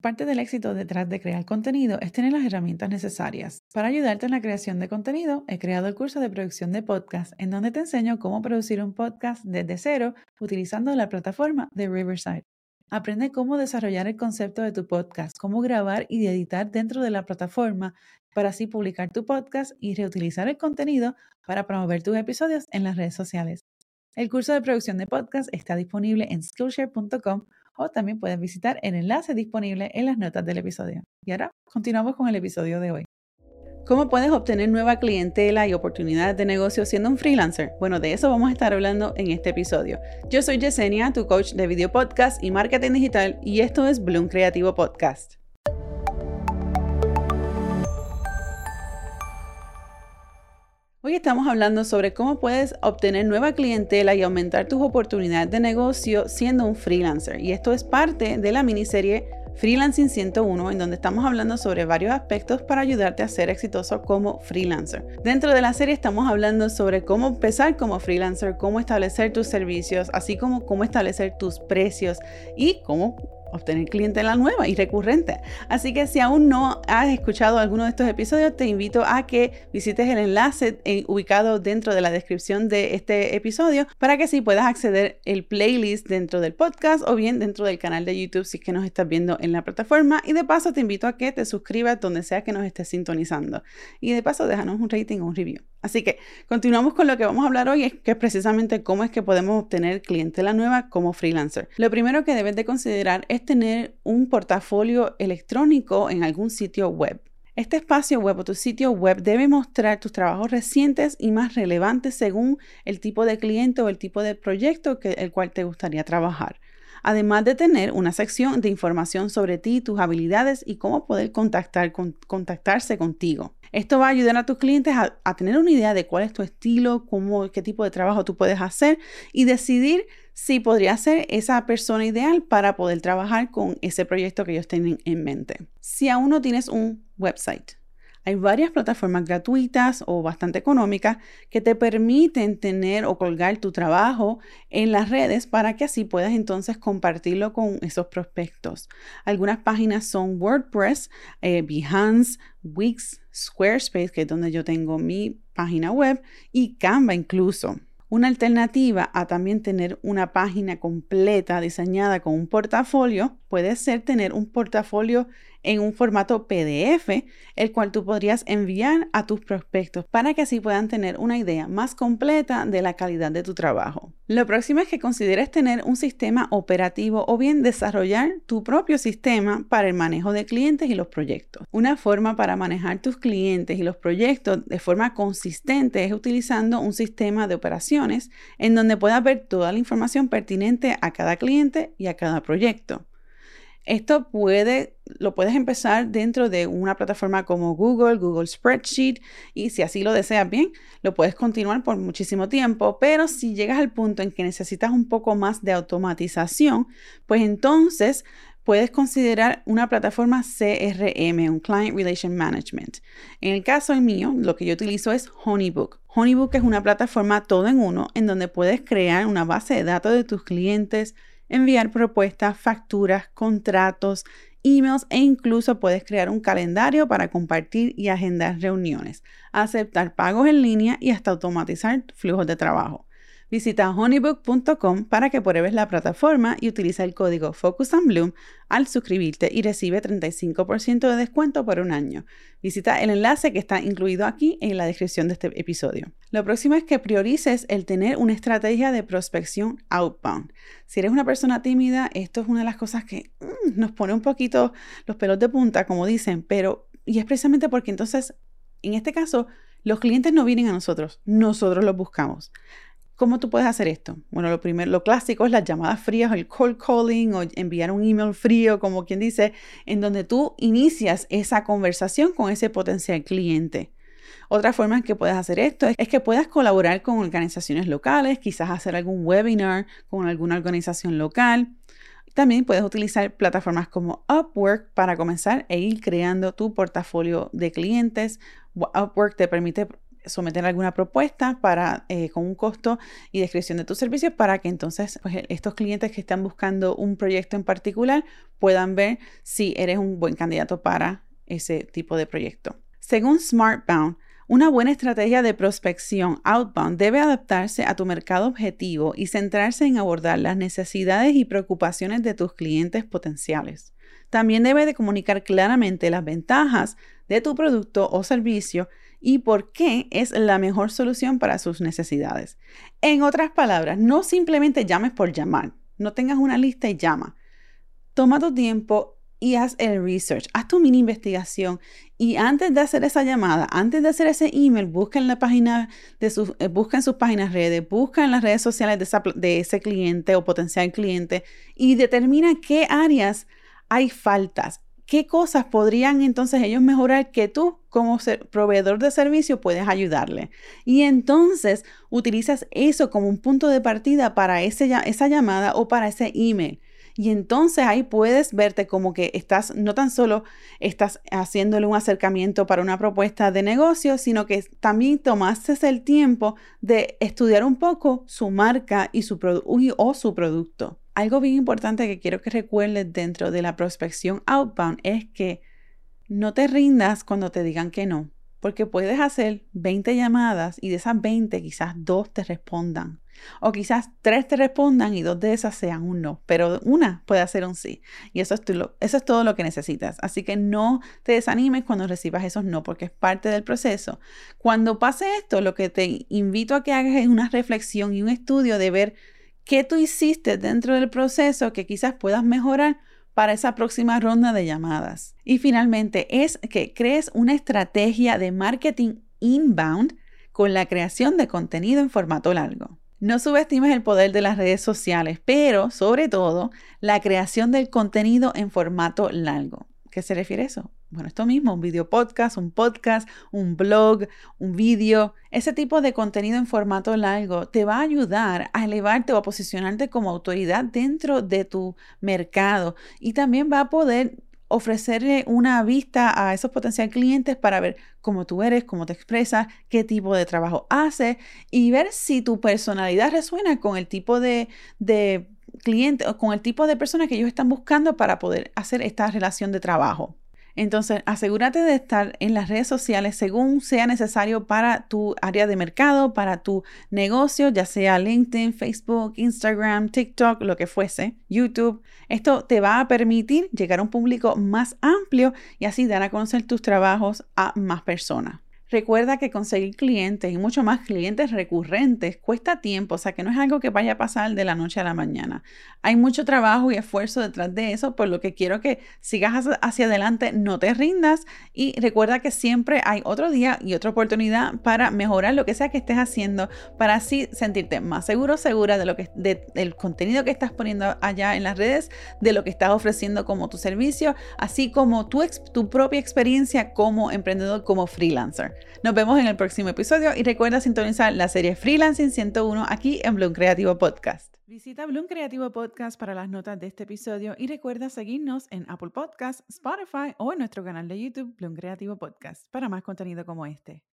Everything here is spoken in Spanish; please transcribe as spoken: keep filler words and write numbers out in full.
Parte del éxito detrás de crear contenido es tener las herramientas necesarias. Para ayudarte en la creación de contenido, he creado el curso de producción de podcast, en donde te enseño cómo producir un podcast desde cero utilizando la plataforma de Riverside. Aprende cómo desarrollar el concepto de tu podcast, cómo grabar y editar dentro de la plataforma para así publicar tu podcast y reutilizar el contenido para promover tus episodios en las redes sociales. El curso de producción de podcast está disponible en Skillshare punto com o también puedes visitar el enlace disponible en las notas del episodio. Y ahora continuamos con el episodio de hoy. ¿Cómo puedes obtener nueva clientela y oportunidades de negocio siendo un freelancer? Bueno, de eso vamos a estar hablando en este episodio. Yo soy Yesenia, tu coach de video podcast y marketing digital, y esto es Bloom Creativo Podcast. Hoy estamos hablando sobre cómo puedes obtener nueva clientela y aumentar tus oportunidades de negocio siendo un freelancer. Y esto es parte de la miniserie Freelancing ciento uno, en donde estamos hablando sobre varios aspectos para ayudarte a ser exitoso como freelancer. Dentro de la serie estamos hablando sobre cómo empezar como freelancer, cómo establecer tus servicios, así como cómo establecer tus precios y cómo obtener clientela nueva y recurrente. Así que si aún no has escuchado alguno de estos episodios, te invito a que visites el enlace eh, ubicado dentro de la descripción de este episodio para que así puedas acceder el playlist dentro del podcast o bien dentro del canal de YouTube si es que nos estás viendo en la plataforma. Y de paso te invito a que te suscribas donde sea que nos estés sintonizando. Y de paso déjanos un rating o un review. Así que continuamos con lo que vamos a hablar hoy, que es precisamente cómo es que podemos obtener clientela nueva como freelancer. Lo primero que debes de considerar es tener un portafolio electrónico en algún sitio web. Este espacio web o tu sitio web debe mostrar tus trabajos recientes y más relevantes según el tipo de cliente o el tipo de proyecto que el cual te gustaría trabajar. Además de tener una sección de información sobre ti, tus habilidades y cómo poder contactar, con, contactarse contigo. Esto va a ayudar a tus clientes a, a tener una idea de cuál es tu estilo, cómo, qué tipo de trabajo tú puedes hacer y decidir si podría ser esa persona ideal para poder trabajar con ese proyecto que ellos tienen en mente. Si aún no tienes un website, hay varias plataformas gratuitas o bastante económicas que te permiten tener o colgar tu trabajo en las redes para que así puedas entonces compartirlo con esos prospectos. Algunas páginas son WordPress, eh, Behance, Wix, Squarespace, que es donde yo tengo mi página web, y Canva incluso. Una alternativa a también tener una página completa diseñada con un portafolio puede ser tener un portafolio en un formato P D F, el cual tú podrías enviar a tus prospectos para que así puedan tener una idea más completa de la calidad de tu trabajo. Lo próximo es que consideres tener un sistema operativo o bien desarrollar tu propio sistema para el manejo de clientes y los proyectos. Una forma para manejar tus clientes y los proyectos de forma consistente es utilizando un sistema de operaciones en donde puedas ver toda la información pertinente a cada cliente y a cada proyecto. Esto puede, lo puedes empezar dentro de una plataforma como Google, Google Spreadsheet, y si así lo deseas bien, lo puedes continuar por muchísimo tiempo, pero si llegas al punto en que necesitas un poco más de automatización, pues entonces puedes considerar una plataforma C R M, un Client Relation Management. En el caso mío, lo que yo utilizo es Honeybook. Honeybook es una plataforma todo en uno en donde puedes crear una base de datos de tus clientes, enviar propuestas, facturas, contratos, emails e incluso puedes crear un calendario para compartir y agendar reuniones, aceptar pagos en línea y hasta automatizar flujos de trabajo. Visita honeybook punto com para que pruebes la plataforma y utiliza el código Focus on Bloom al suscribirte y recibe treinta y cinco por ciento de descuento por un año. Visita el enlace que está incluido aquí en la descripción de este episodio. Lo próximo es que priorices el tener una estrategia de prospección outbound. Si eres una persona tímida, esto es una de las cosas que mm, nos pone un poquito los pelos de punta, como dicen, pero y es precisamente porque entonces, en este caso, los clientes no vienen a nosotros, nosotros los buscamos. ¿Cómo tú puedes hacer esto? Bueno, lo primero, lo clásico es las llamadas frías, el cold calling o enviar un email frío, como quien dice, en donde tú inicias esa conversación con ese potencial cliente. Otra forma en que puedes hacer esto es que puedas colaborar con organizaciones locales, quizás hacer algún webinar con alguna organización local. También puedes utilizar plataformas como Upwork para comenzar e ir creando tu portafolio de clientes. Upwork te permite someter alguna propuesta para, eh, con un costo y descripción de tus servicios para que entonces pues, estos clientes que están buscando un proyecto en particular puedan ver si eres un buen candidato para ese tipo de proyecto. Según SmartBound, una buena estrategia de prospección outbound debe adaptarse a tu mercado objetivo y centrarse en abordar las necesidades y preocupaciones de tus clientes potenciales. También debe de comunicar claramente las ventajas de tu producto o servicio y por qué es la mejor solución para sus necesidades. En otras palabras, no simplemente llames por llamar, no tengas una lista y llama. Toma tu tiempo y haz el research, haz tu mini investigación y antes de hacer esa llamada, antes de hacer ese email, busca en la página de sus, eh, busca en sus páginas redes, busca en las redes sociales de, esa, de ese cliente o potencial cliente y determina qué áreas hay faltas, qué cosas podrían entonces ellos mejorar que tú como ser, proveedor de servicio puedes ayudarle. Y entonces utilizas eso como un punto de partida para ese, esa llamada o para ese email. Y entonces ahí puedes verte como que estás, no tan solo estás haciéndole un acercamiento para una propuesta de negocio, sino que también tomaste el tiempo de estudiar un poco su marca y su produ- o su producto. Algo bien importante que quiero que recuerdes dentro de la prospección outbound es que no te rindas cuando te digan que no, porque puedes hacer veinte llamadas y de esas veinte quizás dos te respondan. O quizás tres te respondan y dos de esas sean un no, pero una puede ser un sí. Y eso es, lo, eso es todo lo que necesitas. Así que no te desanimes cuando recibas esos no, porque es parte del proceso. Cuando pase esto, lo que te invito a que hagas es una reflexión y un estudio de ver qué tú hiciste dentro del proceso que quizás puedas mejorar para esa próxima ronda de llamadas. Y finalmente es que crees una estrategia de marketing inbound con la creación de contenido en formato largo. No subestimes el poder de las redes sociales, pero sobre todo la creación del contenido en formato largo. ¿Qué se refiere a eso? Bueno, esto mismo, un video podcast, un podcast, un blog, un video. Ese tipo de contenido en formato largo te va a ayudar a elevarte o a posicionarte como autoridad dentro de tu mercado y también va a poder ofrecerle una vista a esos potenciales clientes para ver cómo tú eres, cómo te expresas, qué tipo de trabajo haces y ver si tu personalidad resuena con el tipo de, de cliente o con el tipo de persona que ellos están buscando para poder hacer esta relación de trabajo. Entonces, asegúrate de estar en las redes sociales según sea necesario para tu área de mercado, para tu negocio, ya sea LinkedIn, Facebook, Instagram, TikTok, lo que fuese, YouTube. Esto te va a permitir llegar a un público más amplio y así dar a conocer tus trabajos a más personas. Recuerda que conseguir clientes y mucho más clientes recurrentes cuesta tiempo, o sea que no es algo que vaya a pasar de la noche a la mañana. Hay mucho trabajo y esfuerzo detrás de eso, por lo que quiero que sigas hacia adelante, no te rindas y recuerda que siempre hay otro día y otra oportunidad para mejorar lo que sea que estés haciendo, para así sentirte más seguro, segura de lo que, de, del contenido que estás poniendo allá en las redes, de lo que estás ofreciendo como tu servicio, así como tu, tu propia experiencia como emprendedor, como freelancer. Nos vemos en el próximo episodio y recuerda sintonizar la serie Freelancing ciento uno aquí en Bloom Creativo Podcast. Visita Bloom Creativo Podcast para las notas de este episodio y recuerda seguirnos en Apple Podcasts, Spotify o en nuestro canal de YouTube Bloom Creativo Podcast para más contenido como este.